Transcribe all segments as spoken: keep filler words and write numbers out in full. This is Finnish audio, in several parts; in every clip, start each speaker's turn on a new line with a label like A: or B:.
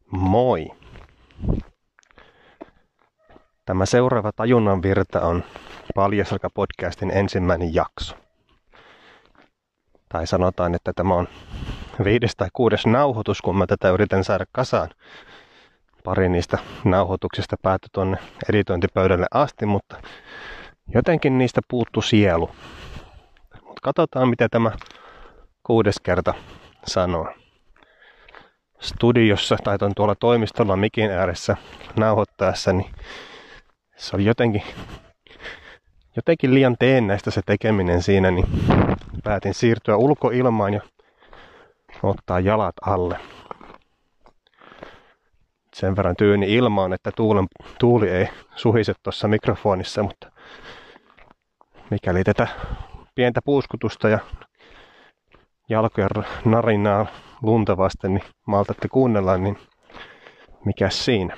A: Moi! Tämä seuraava tajunnan virta on Paljasjalka-podcastin ensimmäinen jakso. Tai sanotaan, että tämä on viides tai kuudes nauhoitus, kun mä tätä yritän saada kasaan. Pari niistä nauhoituksista päätyi tuonne editointipöydälle asti, mutta jotenkin niistä puuttu sielu. Mutta katsotaan, mitä tämä kuudes kerta sanoo. Studiossa tai tuolla toimistolla mikin ääressä nauhoittaessa, niin se oli jotenkin, jotenkin liian teennäistä se tekeminen siinä, niin päätin siirtyä ulkoilmaan ja ottaa jalat alle. Sen verran tyyni ilmaan, että tuulen, tuuli ei suhise tuossa mikrofonissa, mutta mikäli tätä pientä puuskutusta ja jalkojen narinaa lunta vasten niin maltatte kuunnella, niin mikäs siinä.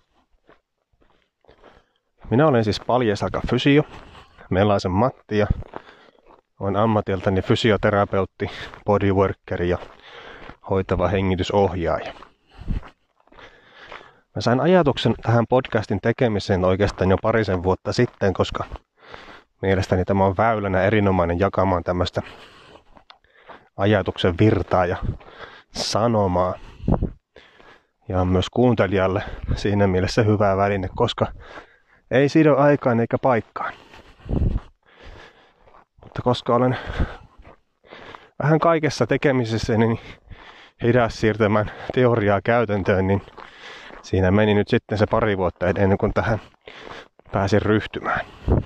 A: Minä olen siis Paljasjalka-fysio, Melaisen Matti ja olen ammatiltani fysioterapeutti, bodyworkeri ja hoitava hengitysohjaaja. Mä sain ajatuksen tähän podcastin tekemiseen oikeastaan jo parisen vuotta sitten, koska mielestäni tämä on väylänä erinomainen jakamaan tämmöistä ajatuksen virtaa ja sanomaa. Ja on myös kuuntelijalle siinä mielessä hyvä väline, koska ei sido aikaan eikä paikkaan. Mutta koska olen vähän kaikessa tekemisessä niin hidas siirtämään teoriaa käytäntöön, niin siinä meni nyt sitten se pari vuotta ennen kuin tähän pääsin ryhtymään.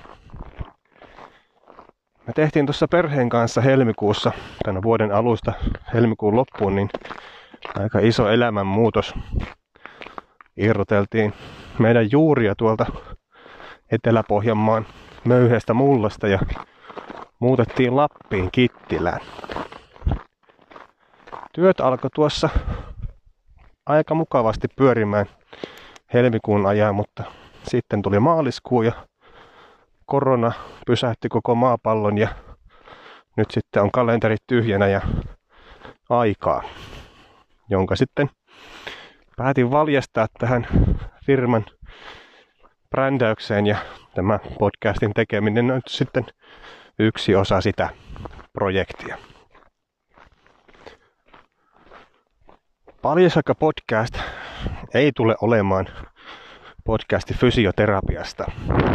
A: Me tehtiin tuossa perheen kanssa helmikuussa, tämän vuoden alusta helmikuun loppuun, niin aika iso elämänmuutos. Irroteltiin meidän juuria tuolta Etelä-Pohjanmaan möyheästä mullasta ja muutettiin Lappiin Kittilään. Työt alkoi tuossa aika mukavasti pyörimään helmikuun ajan, mutta sitten tuli maaliskuu ja korona pysähti koko maapallon ja nyt sitten on kalenterit tyhjänä ja aikaa, jonka sitten päätin valjastaa tähän firman brändäykseen ja tämä podcastin tekeminen on nyt sitten yksi osa sitä projektia. Paljasjalka-podcast ei tule olemaan podcasti fysioterapiasta.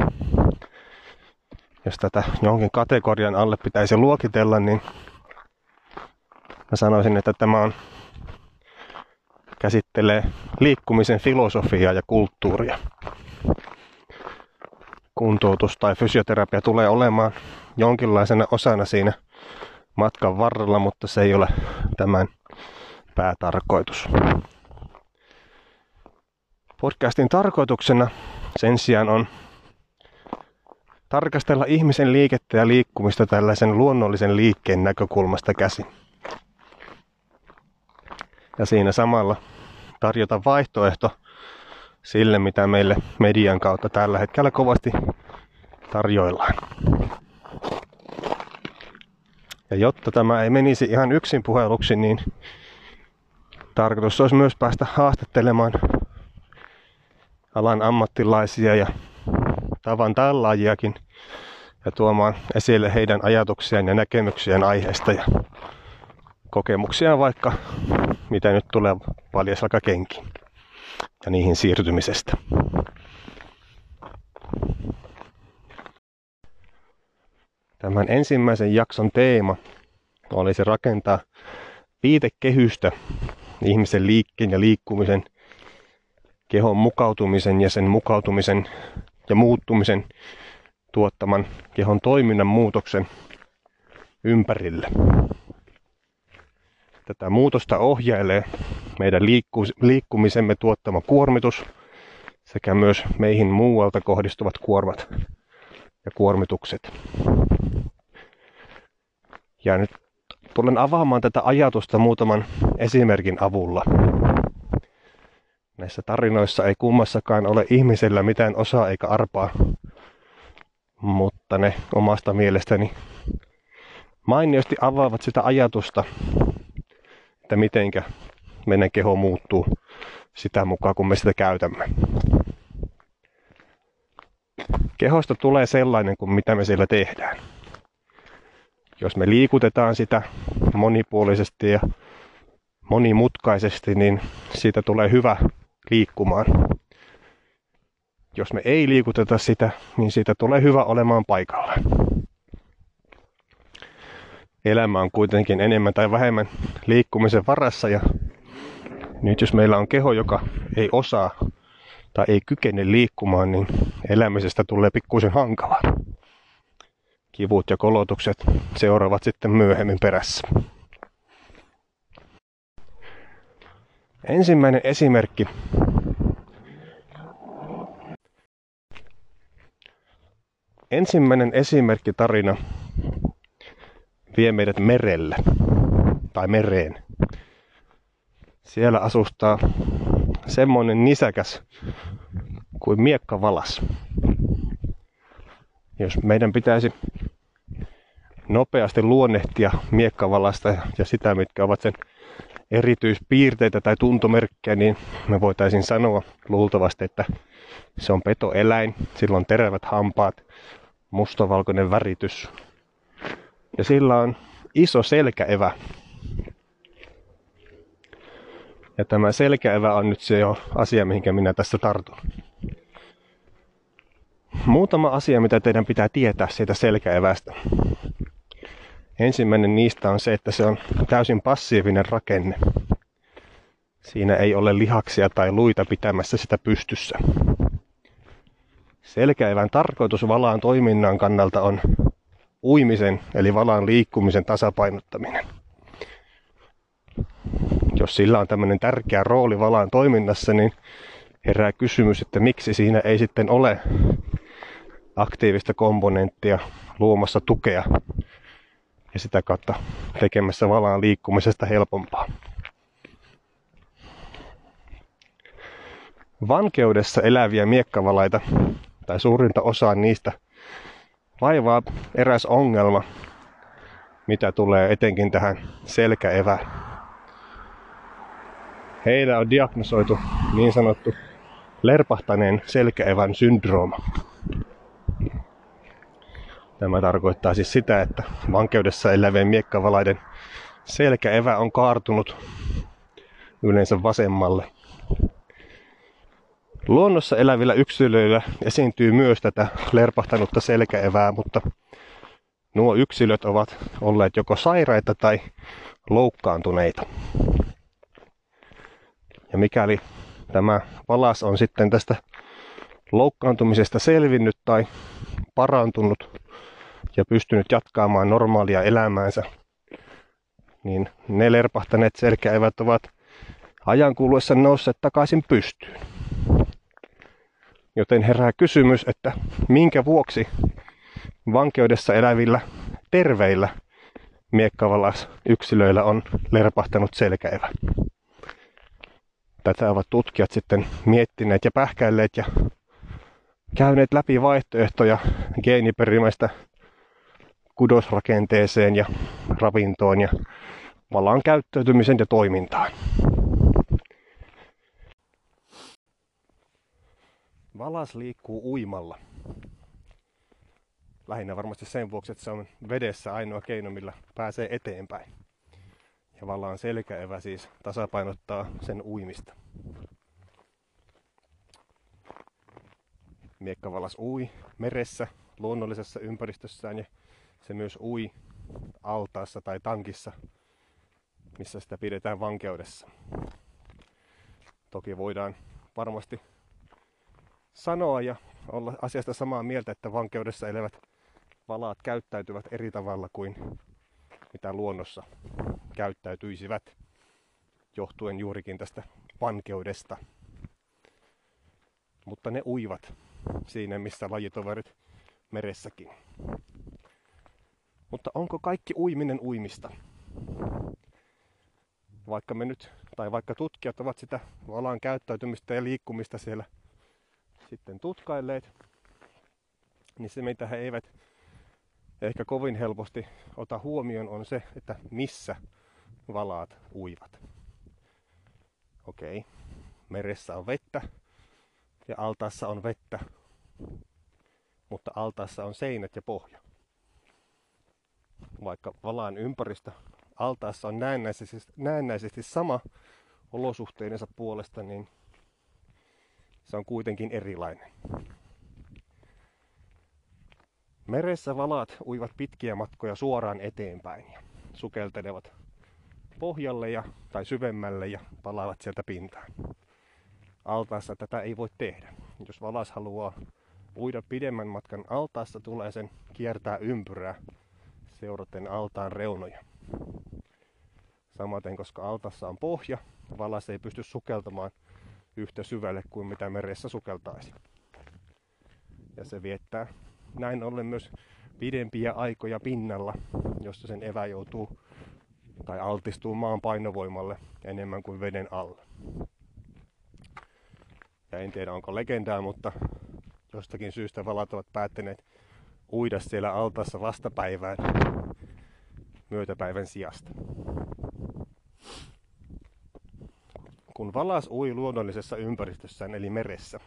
A: Jos tätä jonkin kategorian alle pitäisi luokitella, niin mä sanoisin, että tämä on käsittelee liikkumisen filosofiaa ja kulttuuria. Kuntoutus tai fysioterapia tulee olemaan jonkinlaisena osana siinä matkan varrella, mutta se ei ole tämän päätarkoitus. Podcastin tarkoituksena sen sijaan on tarkastella ihmisen liikettä ja liikkumista tällaisen luonnollisen liikkeen näkökulmasta käsin. Ja siinä samalla tarjota vaihtoehto sille, mitä meille median kautta tällä hetkellä kovasti tarjoillaan. Ja jotta tämä ei menisi ihan yksin puheluksi, niin tarkoitus olisi myös päästä haastattelemaan alan ammattilaisia ja tavan tallaajiakin ja tuomaan esille heidän ajatuksiaan ja näkemyksiään aiheesta ja kokemuksia vaikka mitä nyt tulee paljasjalkakenkiin ja niihin siirtymisestä. Tämän ensimmäisen jakson teema olisi rakentaa viitekehystä ihmisen liikkeen ja liikkumisen, kehon mukautumisen ja sen mukautumisen ja muuttumisen tuottaman kehon toiminnan muutoksen ympärille. Tätä muutosta ohjailee meidän liikku- liikkumisemme tuottama kuormitus sekä myös meihin muualta kohdistuvat kuormat ja kuormitukset. Ja nyt tulen avaamaan tätä ajatusta muutaman esimerkin avulla. Näissä tarinoissa ei kummassakaan ole ihmisellä mitään osaa eikä arpaa, mutta ne omasta mielestäni mainiosti avaavat sitä ajatusta, että mitenkä meidän keho muuttuu sitä mukaan, kun me sitä käytämme. Kehosta tulee sellainen kuin mitä me siellä tehdään. Jos me liikutetaan sitä monipuolisesti ja monimutkaisesti, niin siitä tulee hyvä liikkumaan. Jos me ei liikuteta sitä, niin siitä tulee hyvä olemaan paikallaan. Elämä on kuitenkin enemmän tai vähemmän liikkumisen varassa, ja nyt jos meillä on keho, joka ei osaa tai ei kykene liikkumaan, niin elämisestä tulee pikkuisen hankalaa. Kivut ja kolotukset seuraavat sitten myöhemmin perässä. Ensimmäinen esimerkki. Ensimmäinen esimerkkitarina vie meidät merelle tai mereen. Siellä asustaa semmoinen nisäkäs kuin miekkavalas. Jos meidän pitäisi nopeasti luonnehtia miekkavalasta ja sitä, mitkä ovat sen erityispiirteitä tai tuntomerkkejä, niin me voitaisiin sanoa luultavasti, että se on petoeläin, sillä on terävät hampaat, mustavalkoinen väritys ja sillä on iso selkäevä. Ja tämä selkäevä on nyt se asia, mihinkä minä tässä tartun. Muutama asia, mitä teidän pitää tietää siitä selkäevästä. Ensimmäinen niistä on se, että se on täysin passiivinen rakenne. Siinä ei ole lihaksia tai luita pitämässä sitä pystyssä. Selkäevän tarkoitus valaan toiminnan kannalta on uimisen eli valaan liikkumisen tasapainottaminen. Jos sillä on tämmöinen tärkeä rooli valaan toiminnassa, niin herää kysymys, että miksi siinä ei sitten ole aktiivista komponenttia luomassa tukea ja sitä kautta tekemässä valaan liikkumisesta helpompaa. Vankeudessa eläviä miekkavalaita, tai suurinta osaa niistä, vaivaa eräs ongelma, mitä tulee etenkin tähän selkäevään. Heillä on diagnosoitu niin sanottu lerpahtaneen selkäevän syndrooma. Tämä tarkoittaa siis sitä, että vankeudessa elävien miekkavalaiden selkäevä on kaartunut yleensä vasemmalle. Luonnossa elävillä yksilöillä esiintyy myös tätä lerpahtanutta selkäevää, mutta nuo yksilöt ovat olleet joko sairaita tai loukkaantuneita. Ja mikäli tämä valas on sitten tästä loukkaantumisesta selvinnyt tai parantunut ja pystynyt jatkamaan normaalia elämäänsä, niin ne lerpahtaneet selkäevät ovat ajan kuluessa nousseet takaisin pystyyn. Joten herää kysymys, että minkä vuoksi vankeudessa elävillä terveillä miekkavalasyksilöillä on lerpahtanut selkäevä. Tätä ovat tutkijat sitten miettineet ja pähkäilleet ja käyneet läpi vaihtoehtoja geeniperimästä kudosrakenteeseen ja ravintoon ja valaan käyttäytymisen ja toimintaan. Valas liikkuu uimalla. Lähinnä varmasti sen vuoksi, että se on vedessä ainoa keino, millä pääsee eteenpäin. Ja valaan selkäevä siis tasapainottaa sen uimista. Miekkavalas ui meressä luonnollisessa ympäristössään ja se myös ui altaassa tai tankissa, missä sitä pidetään vankeudessa. Toki voidaan varmasti sanoa ja olla asiasta samaa mieltä, että vankeudessa elävät valaat käyttäytyvät eri tavalla kuin mitä luonnossa käyttäytyisivät, johtuen juurikin tästä vankeudesta. Mutta ne uivat siinä, missä lajitoverit meressäkin. Mutta onko kaikki uiminen uimista? Vaikka me nyt, tai vaikka tutkijat ovat sitä valaan käyttäytymistä ja liikkumista siellä sitten tutkailleet, niin se mitä he eivät ehkä kovin helposti ota huomioon on se, että missä valaat uivat. Okei, meressä on vettä ja altaassa on vettä, mutta altaassa on seinät ja pohja. Vaikka valaan ympäristö altaassa on näennäisesti, näennäisesti sama olosuhteidensa puolesta, niin se on kuitenkin erilainen. Meressä valaat uivat pitkiä matkoja suoraan eteenpäin ja sukeltelevat pohjalle ja, tai syvemmälle ja palaavat sieltä pintaan. Altaassa tätä ei voi tehdä. Jos valas haluaa uida pidemmän matkan altaassa, tulee sen kiertää ympyrää seuraten altaan reunoja. Samaten, koska altaassa on pohja, valas ei pysty sukeltamaan yhtä syvälle kuin mitä meressä sukeltaisi. Ja se viettää näin ollen myös pidempiä aikoja pinnalla, jossa sen evä joutuu tai altistuu maan painovoimalle enemmän kuin veden alle. Ja en tiedä onko legendaa, mutta jostakin syystä valat ovat päättäneet uida siellä altaassa vastapäivään myötäpäivän sijasta. Kun valas ui luonnollisessa ympäristössään eli meressä,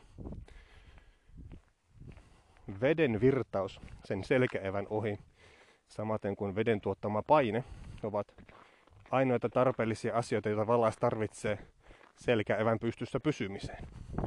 A: veden virtaus sen selkäevän ohi, samaten kuin veden tuottama paine, ovat ainoita tarpeellisia asioita, joita valas tarvitsee selkäevän pystyssä pysymiseen.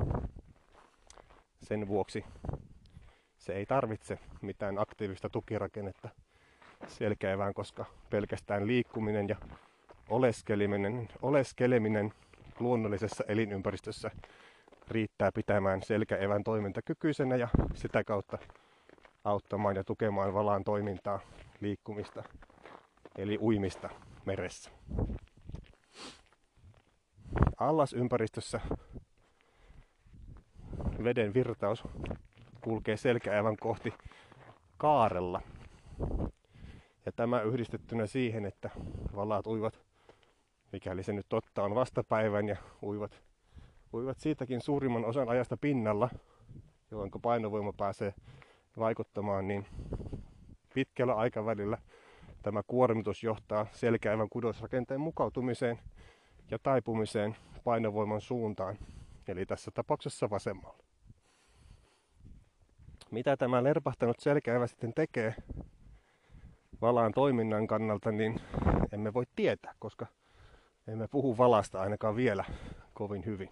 A: Sen vuoksi se ei tarvitse mitään aktiivista tukirakennetta selkäevään, koska pelkästään liikkuminen ja oleskeleminen, oleskeleminen luonnollisessa elinympäristössä riittää pitämään selkäevän toimintakykyisenä ja sitä kautta auttamaan ja tukemaan valaan toimintaa, liikkumista eli uimista meressä. Allasympäristössä veden virtaus kulkee selkäevän kohti kaarella. Ja tämä yhdistettynä siihen, että valaat uivat, mikäli se nyt totta on, vastapäivän ja uivat, uivat siitäkin suurimman osan ajasta pinnalla, jolloin painovoima pääsee vaikuttamaan, niin pitkällä aikavälillä tämä kuormitus johtaa selkäevän kudosrakenteen mukautumiseen ja taipumiseen painovoiman suuntaan, eli tässä tapauksessa vasemmalle. Mitä tämä lerpahtanut selkäevä sitten tekee valaan toiminnan kannalta, niin emme voi tietää, koska emme puhu valasta ainakaan vielä kovin hyvin.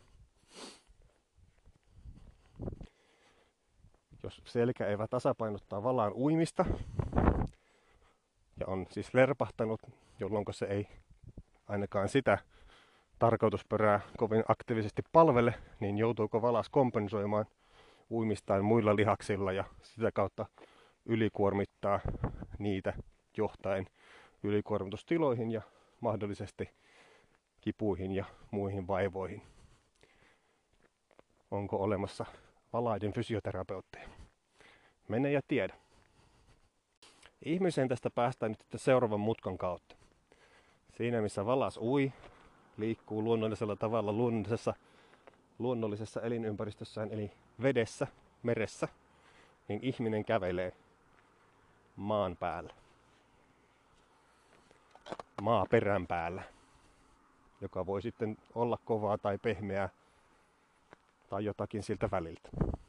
A: Jos selkäevä tasapainottaa valaan uimista ja on siis lerpahtanut, jolloin se ei ainakaan sitä tarkoitusperää kovin aktiivisesti palvele, niin joutuuko valas kompensoimaan uimistaan muilla lihaksilla ja sitä kautta ylikuormittaa niitä johtaen ylikuormitustiloihin ja mahdollisesti kipuihin ja muihin vaivoihin. Onko olemassa valaiden fysioterapeutteja? Mene ja tiedä. Ihmiseen tästä päästään nyt seuraavan mutkan kautta. Siinä missä valas ui, liikkuu luonnollisella tavalla luonnollisessa, luonnollisessa elinympäristössään eli vedessä, meressä, niin ihminen kävelee maan päällä. Maaperän päällä, joka voi sitten olla kovaa tai pehmeää tai jotakin siltä väliltä.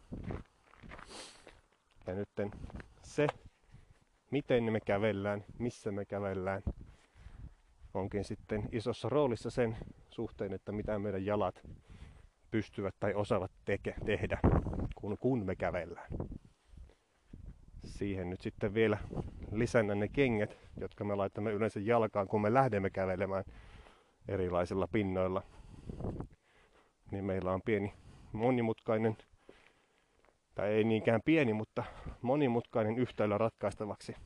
A: Ja nyt se, miten me kävellään, missä me kävellään, onkin sitten isossa roolissa sen suhteen, että mitä meidän jalat pystyvät tai osaavat teke, tehdä, kun, kun me kävellään. Siihen nyt sitten vielä lisänä ne kengät, jotka me laitamme yleensä jalkaan, kun me lähdemme kävelemään erilaisilla pinnoilla. Niin meillä on pieni monimutkainen, tai ei niinkään pieni, mutta monimutkainen yhtälö ratkaistavaksi,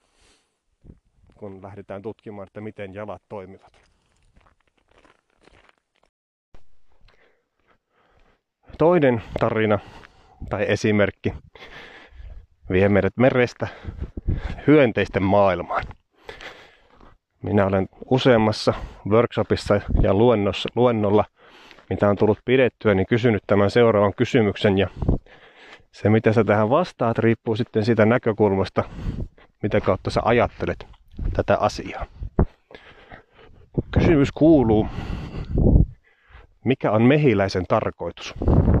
A: kun lähdetään tutkimaan, että miten jalat toimivat. Toinen tarina tai esimerkki vie meidät merestä hyönteisten maailmaan. Minä olen useammassa workshopissa ja luennossa, luennolla, mitä on tullut pidettyä, niin kysynyt tämän seuraavan kysymyksen. Ja se, mitä sä tähän vastaat, riippuu sitten siitä näkökulmasta, mitä kautta sä ajattelet tätä asiaa. Kysymys kuuluu, Mikä on mehiläisen tarkoitus?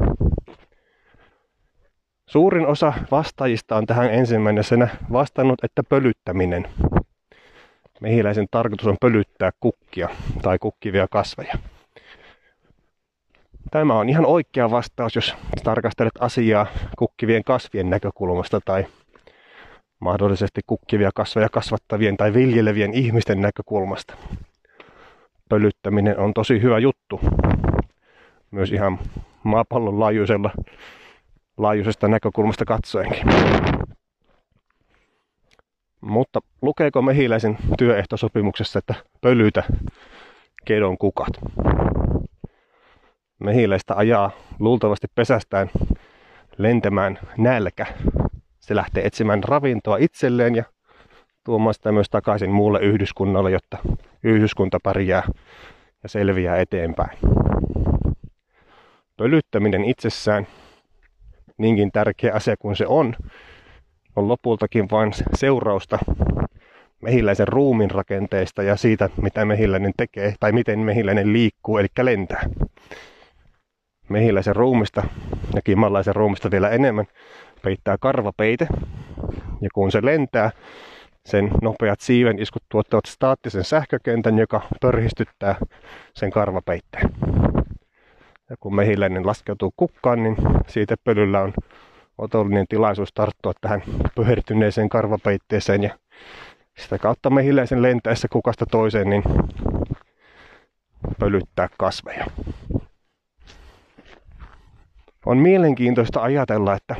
A: Suurin osa vastaajista on tähän ensimmäisenä vastannut, että pölyttäminen. Mehiläisen tarkoitus on pölyttää kukkia tai kukkivia kasveja. Tämä on ihan oikea vastaus, jos tarkastelet asiaa kukkivien kasvien näkökulmasta tai mahdollisesti kukkivia kasveja kasvattavien tai viljelevien ihmisten näkökulmasta. Pölyttäminen on tosi hyvä juttu. Myös ihan maapallon laajuisella, laajuisesta näkökulmasta katsoenkin. Mutta lukeeko mehiläisen työehtosopimuksessa, että pölytä kedon kukat? Mehiläistä ajaa luultavasti pesästään lentämään nälkä. Se lähtee etsimään ravintoa itselleen ja tuomaan sitä myös takaisin muulle yhdyskunnalle, jotta yhdyskunta pärjää ja selviää eteenpäin. Pölyttäminen itsessään, niinkin tärkeä asia kuin se on, on lopultakin vain seurausta mehiläisen ruumiin rakenteista ja siitä, mitä mehiläinen tekee tai miten mehiläinen liikkuu, eli lentää. Mehiläisen ruumista ja kimmanlaisen ruumista vielä enemmän peittää karvapeite, ja kun se lentää, sen nopeat siiven iskut tuottavat staattisen sähkökentän, joka pörhistyttää sen karvapeitteen. Ja kun mehiläinen laskeutuu kukkaan, niin siitä pölyllä on otollinen tilaisuus tarttua tähän pöhertyneeseen karvapeitteeseen, ja sitä kautta mehiläisen lentäessä kukasta toiseen, niin pölyttää kasveja. On mielenkiintoista ajatella, että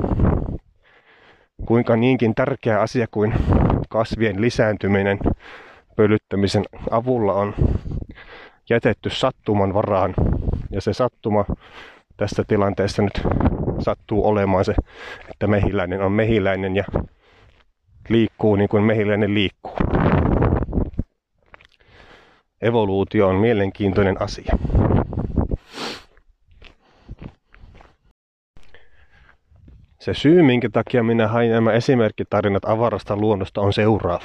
A: kuinka niinkin tärkeä asia kuin kasvien lisääntyminen pölyttämisen avulla on jätetty sattuman varaan. Ja se sattuma tässä tilanteessa nyt sattuu olemaan se, että mehiläinen on mehiläinen ja liikkuu niin kuin mehiläinen liikkuu. Evoluutio on mielenkiintoinen asia. Se syy, minkä takia minä hain nämä esimerkkitarinat avarasta luonnosta, on seuraava.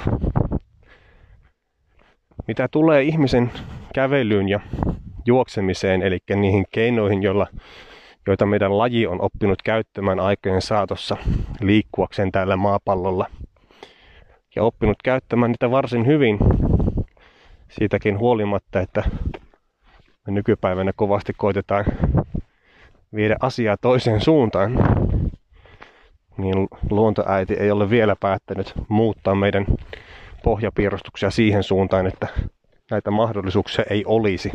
A: Mitä tulee ihmisen kävelyyn ja juoksemiseen, eli niihin keinoihin, joilla, joita meidän laji on oppinut käyttämään aikojen saatossa liikkuakseen täällä maapallolla, ja oppinut käyttämään niitä varsin hyvin, siitäkin huolimatta, että me nykypäivänä kovasti koitetaan viedä asiaa toiseen suuntaan, niin luontoäiti ei ole vielä päättänyt muuttaa meidän pohjapiirustuksia siihen suuntaan, että näitä mahdollisuuksia ei olisi.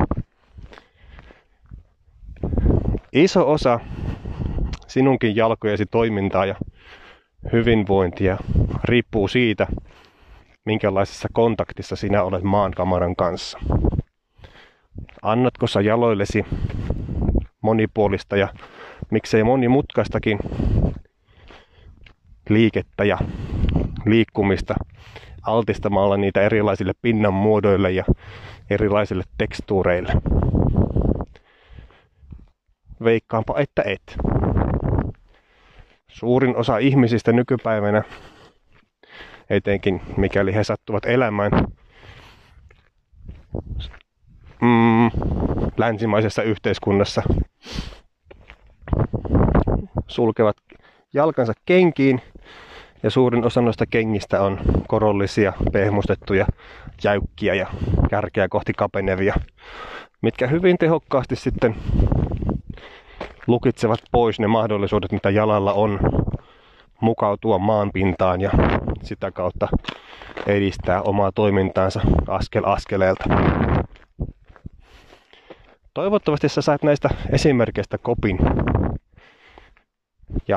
A: Iso osa sinunkin jalkojesi toimintaa ja hyvinvointia riippuu siitä, minkälaisessa kontaktissa sinä olet maankamaran kanssa. Annatko sä jaloillesi monipuolista ja miksei monimutkaistakin liikettä ja liikkumista altistamalla niitä erilaisille pinnan muodoille ja erilaisille tekstuureille? Veikkaanpa, että et. Suurin osa ihmisistä nykypäivänä, etenkin mikäli he sattuvat elämään mm, länsimaisessa yhteiskunnassa, sulkevat jalkansa kenkiin, ja suurin osa noista kengistä on korollisia, pehmustettuja, jäykkiä ja kärkeä kohti kapenevia, mitkä hyvin tehokkaasti sitten lukitsevat pois ne mahdollisuudet, mitä jalalla on mukautua maanpintaan ja sitä kautta edistää omaa toimintaansa askel askeleelta. Toivottavasti sä sait näistä esimerkkeistä kopin ja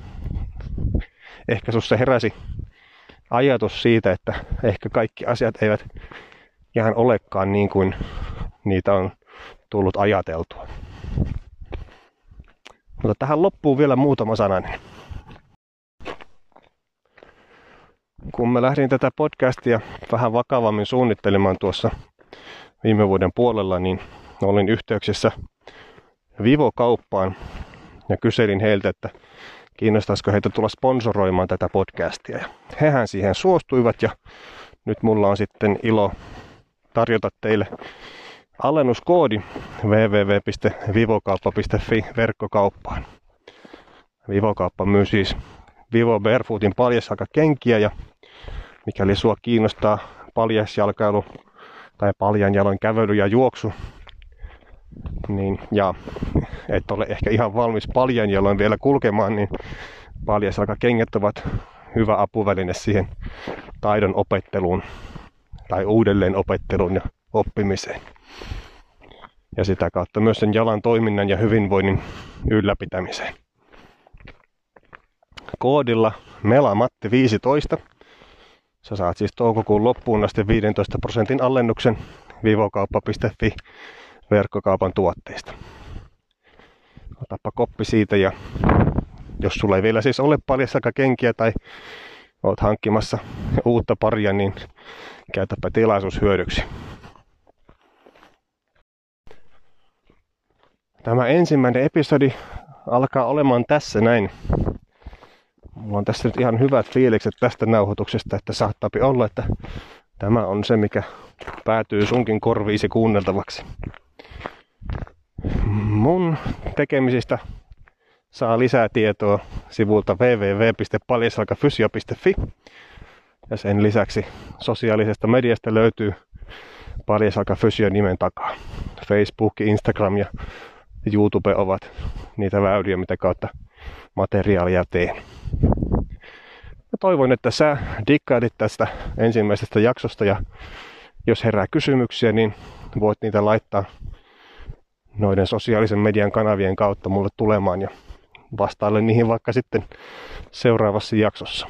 A: ehkä sussa heräsi ajatus siitä, että ehkä kaikki asiat eivät ihan olekaan niin kuin niitä on tullut ajateltua. Mutta tähän loppuu vielä muutama sananen. Kun mä lähdin tätä podcastia vähän vakavammin suunnittelemaan tuossa viime vuoden puolella, niin olin yhteyksissä Vivo-kauppaan ja kyselin heiltä, että kiinnostaisiko heitä tulla sponsoroimaan tätä podcastia. Ja hehän siihen suostuivat ja nyt mulla on sitten ilo tarjota teille Alennuskoodi double-u double-u double-u piste vivokauppa piste fi verkkokauppaan. Vivokauppa myy siis Vivo Barefootin paljasjalkakenkiä ja mikäli sua kiinnostaa paljasjalkailu tai paljan jalan kävely ja juoksu, niin, ja et ole ehkä ihan valmis paljan jaloin vielä kulkemaan, niin paljasjalkakengät ovat hyvä apuväline siihen taidon opetteluun tai uudelleen opetteluun ja oppimiseen. Ja sitä kautta myös sen jalan toiminnan ja hyvinvoinnin ylläpitämiseen. Koodilla melamatti viisitoista sä saat siis toukokuun loppuun asti viisitoista prosentin alennuksen vivokauppa piste fi verkkokaupan tuotteista. Otapa koppi siitä ja jos sulla ei vielä siis ole paljasjalkakenkiä tai oot hankkimassa uutta paria, niin käytäpä tilaisuus hyödyksi. Tämä ensimmäinen episodi alkaa olemaan tässä näin. Mulla on tässä nyt ihan hyvät fiilikset tästä nauhoituksesta, että saattaapi olla, että tämä on se, mikä päätyy sunkin korviisi kuunneltavaksi. Mun tekemisistä saa lisää tietoa sivulta double-u double-u double-u piste paljasjalkafysio piste fi ja sen lisäksi sosiaalisesta mediasta löytyy Paljasjalkafysio nimen takaa. Facebook, Instagram ja YouTube ovat niitä väyliä, mitä kautta materiaalia teen. Mä toivon, että sä dikkailit tästä ensimmäisestä jaksosta ja jos herää kysymyksiä, niin voit niitä laittaa noiden sosiaalisen median kanavien kautta mulle tulemaan ja vastaile niihin vaikka sitten seuraavassa jaksossa.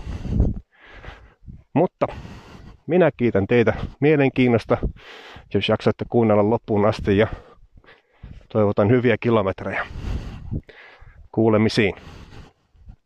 A: Mutta minä kiitän teitä mielenkiinnosta, jos jaksatte kuunnella loppuun asti ja toivotan hyviä kilometrejä. Kuulemisiin.